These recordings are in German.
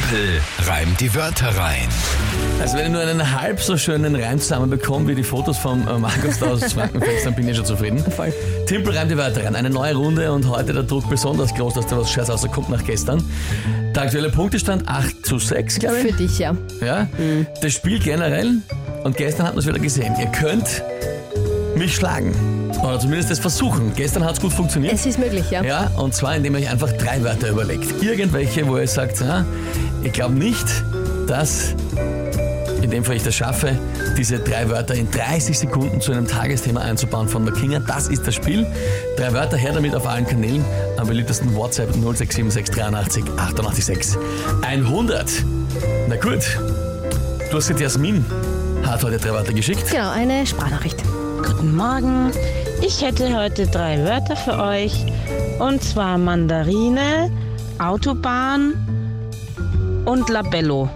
Tempel reimt die Wörter rein. Also wenn ich nur einen halb so schönen Reim zusammenbekomme wie die Fotos vom Markus da aus Frankenfest, dann bin ich schon zufrieden. Voll. Tempel reimt die Wörter rein. Eine neue Runde und heute der Druck besonders groß, dass da was Scheiß rauskommt nach gestern. Der aktuelle Punktestand 8:6, glaube ich. Für dich, ja. Ja? Das Spiel generell, und gestern hat man es wieder gesehen, ihr könnt mich schlagen. Oder zumindest das versuchen. Gestern hat es gut funktioniert. Es ist möglich, ja. Ja, und zwar indem ihr euch einfach 3 Wörter überlegt. Irgendwelche, wo ihr sagt, ich glaube nicht, dass, in dem Fall ich das schaffe, diese 3 Wörter in 30 Sekunden zu einem Tagesthema einzubauen von der Kinga. Das ist das Spiel. 3 Wörter, her damit auf allen Kanälen. Am beliebtesten WhatsApp 0676 83 6 100. Na gut, du hast jetzt Jasmin, hat heute 3 Wörter geschickt. Genau, eine Sprachnachricht. Guten Morgen. Ich hätte heute 3 Wörter für euch. Und zwar Mandarine, Autobahn und Labello.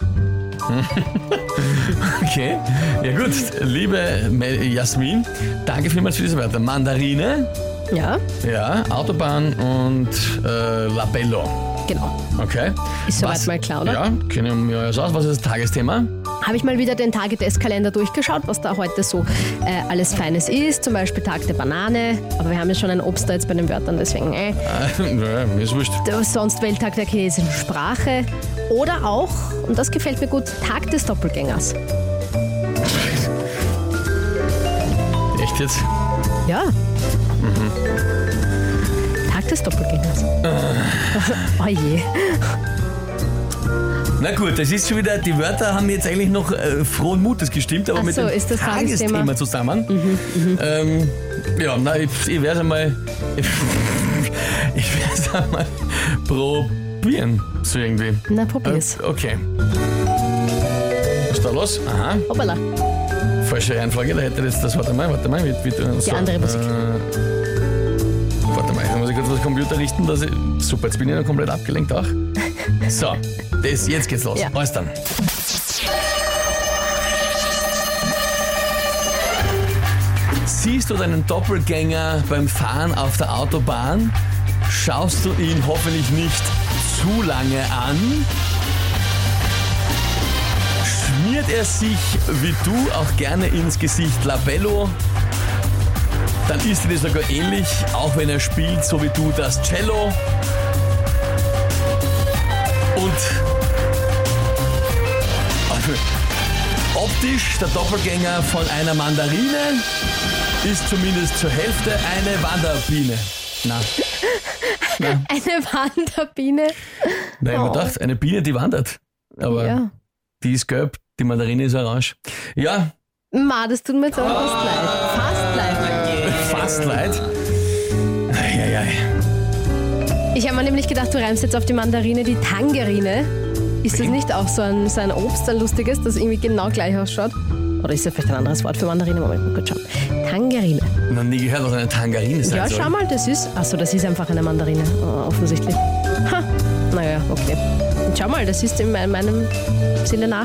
Okay, ja gut, liebe Jasmin, danke vielmals für diese Wörter. Mandarine, Ja, ja, Autobahn und Labello. genau. Okay. Ist soweit mal klar, oder? Ja, kennen wir uns aus. Was ist das Tagesthema? Habe ich mal wieder den Tagetestkalender durchgeschaut, was da heute so alles Feines ist. Zum Beispiel Tag der Banane. Aber wir haben ja schon ein Obst da jetzt bei den Wörtern, deswegen Ja, mir ist wurscht. sonst Welttag der chinesischen Sprache. Oder auch, und das gefällt mir gut, Tag des Doppelgängers. Echt jetzt? Ja. Tag des Doppelgängers. Oh je. Na gut, das ist schon wieder, die Wörter haben jetzt eigentlich noch frohen Mutes gestimmt, aber Ach mit so, dem ist das Tagesthema Tagesthema zusammen. Ja, na, ich werde es einmal ich werde es einmal probieren, so irgendwie. Na, probier's. Okay. Was ist da los? Aha, Hoppala. falsche Reihenfolge, da hätte das, warte mal, Die andere Musik. Warte mal, ich muss kurz das Computer richten, dass ich, super, jetzt bin ich noch komplett abgelenkt auch. So, jetzt geht's los. Ja. Alles dann. Siehst du deinen Doppelgänger beim Fahren auf der Autobahn? Schaust du ihn hoffentlich nicht zu lange an? Schmiert er sich wie du auch gerne ins Gesicht Labello? Dann ist dir das sogar ähnlich, auch wenn er spielt, so wie du, das Cello. Und optisch der Doppelgänger von einer Mandarine ist zumindest zur Hälfte eine Wanderbiene. Na, Eine Wanderbiene. ich hab mir Oh. gedacht, eine Biene, die wandert. Aber Ja. die ist gelb, die Mandarine ist orange. Ja, Ma, das tut mir jetzt aber fast leid. Fast leid. fast leid. Eieiei. Ich habe mir nämlich gedacht, du reimst jetzt auf die Mandarine die Tangerine. Ist das nicht auch so ein Obst, ein lustiges, das irgendwie genau gleich ausschaut? Oder ist das vielleicht ein anderes Wort für Mandarine? Moment, mal kurz schauen. Tangerine. Noch nie gehört, was eine Tangerine sein Ja, soll. schau mal, das ist... Achso, das ist einfach eine Mandarine, offensichtlich. Ha, naja, okay. Und schau mal, das ist in meinem Sinne nach.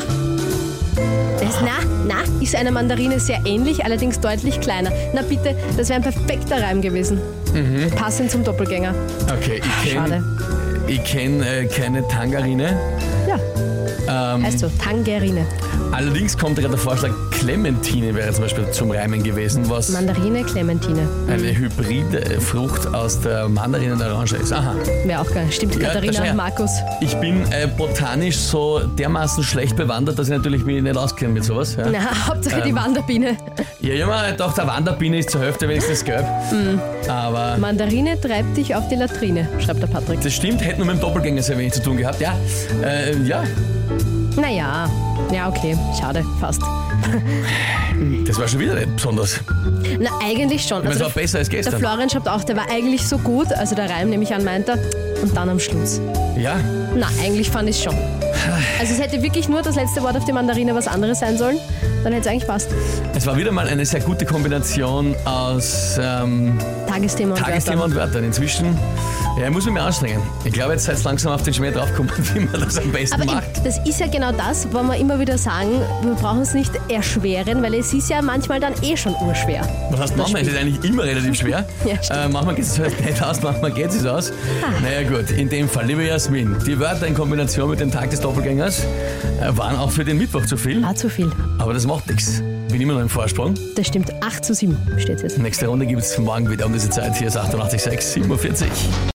Ist eine Mandarine sehr ähnlich, allerdings deutlich kleiner. Na bitte, das wäre ein perfekter Reim gewesen. Passend zum Doppelgänger. Okay, Schade. ich kenn keine Tangerine. Ja. Heißt so, Tangerine. Allerdings kommt gerade der Vorschlag, Clementine wäre zum Beispiel zum Reimen gewesen, was Mandarine, Clementine. eine hybride Frucht aus der Mandarine und Orange ist. Aha. Wäre auch geil. Stimmt, Ja, Katharina das wär- und Markus. Ich bin botanisch so dermaßen schlecht bewandert, dass ich natürlich mich nicht auskenne mit sowas. Ja, Na, Hauptsache die Wanderbiene. ja ich hab mir gedacht, der Wanderbiene ist zur Hälfte wenigstens gelb. Aber Mandarine treibt dich auf die Latrine, schreibt der Patrick. das stimmt, hätte nur mit dem Doppelgänger sehr wenig zu tun gehabt. Ja, ja, Naja, ja, okay, schade, fast. das war schon wieder nicht besonders. Na, eigentlich schon. Ich meine, es war besser als der gestern. Florian schreibt auch, der war eigentlich so gut, also der Reim nehme ich an, meint er. Und dann am Schluss. Ja, Na, eigentlich fand ich es schon. Also es hätte wirklich nur das letzte Wort auf die Mandarine was anderes sein sollen, dann hätte es eigentlich passt. es war wieder mal eine sehr gute Kombination aus Tagesthema und Tagesthema Wörtern. und Wörtern. Inzwischen Ja, ich muss mich mehr anstrengen. Ich glaube, jetzt seid ihr langsam auf den Schmäh draufgekommen, wie man das am besten Aber macht. das ist ja genau das, wo wir immer wieder sagen, wir brauchen es nicht erschweren, weil es ist ja manchmal dann eh schon urschwer. Was heißt manchmal? Es ist eigentlich immer relativ schwer. Ja, stimmt. Manchmal geht es halt nicht aus, manchmal geht es aus. Naja gut, in dem Fall, liebe Jasmin, die Wörter in Kombination mit dem Tag des Doppelgängers waren auch für den Mittwoch zu viel. Zu viel. Aber das macht nichts. Bin immer noch im Vorsprung. Das stimmt, 8:7 steht jetzt. Nächste Runde gibt es morgen wieder um diese Zeit. Hier ist 88,6, 47.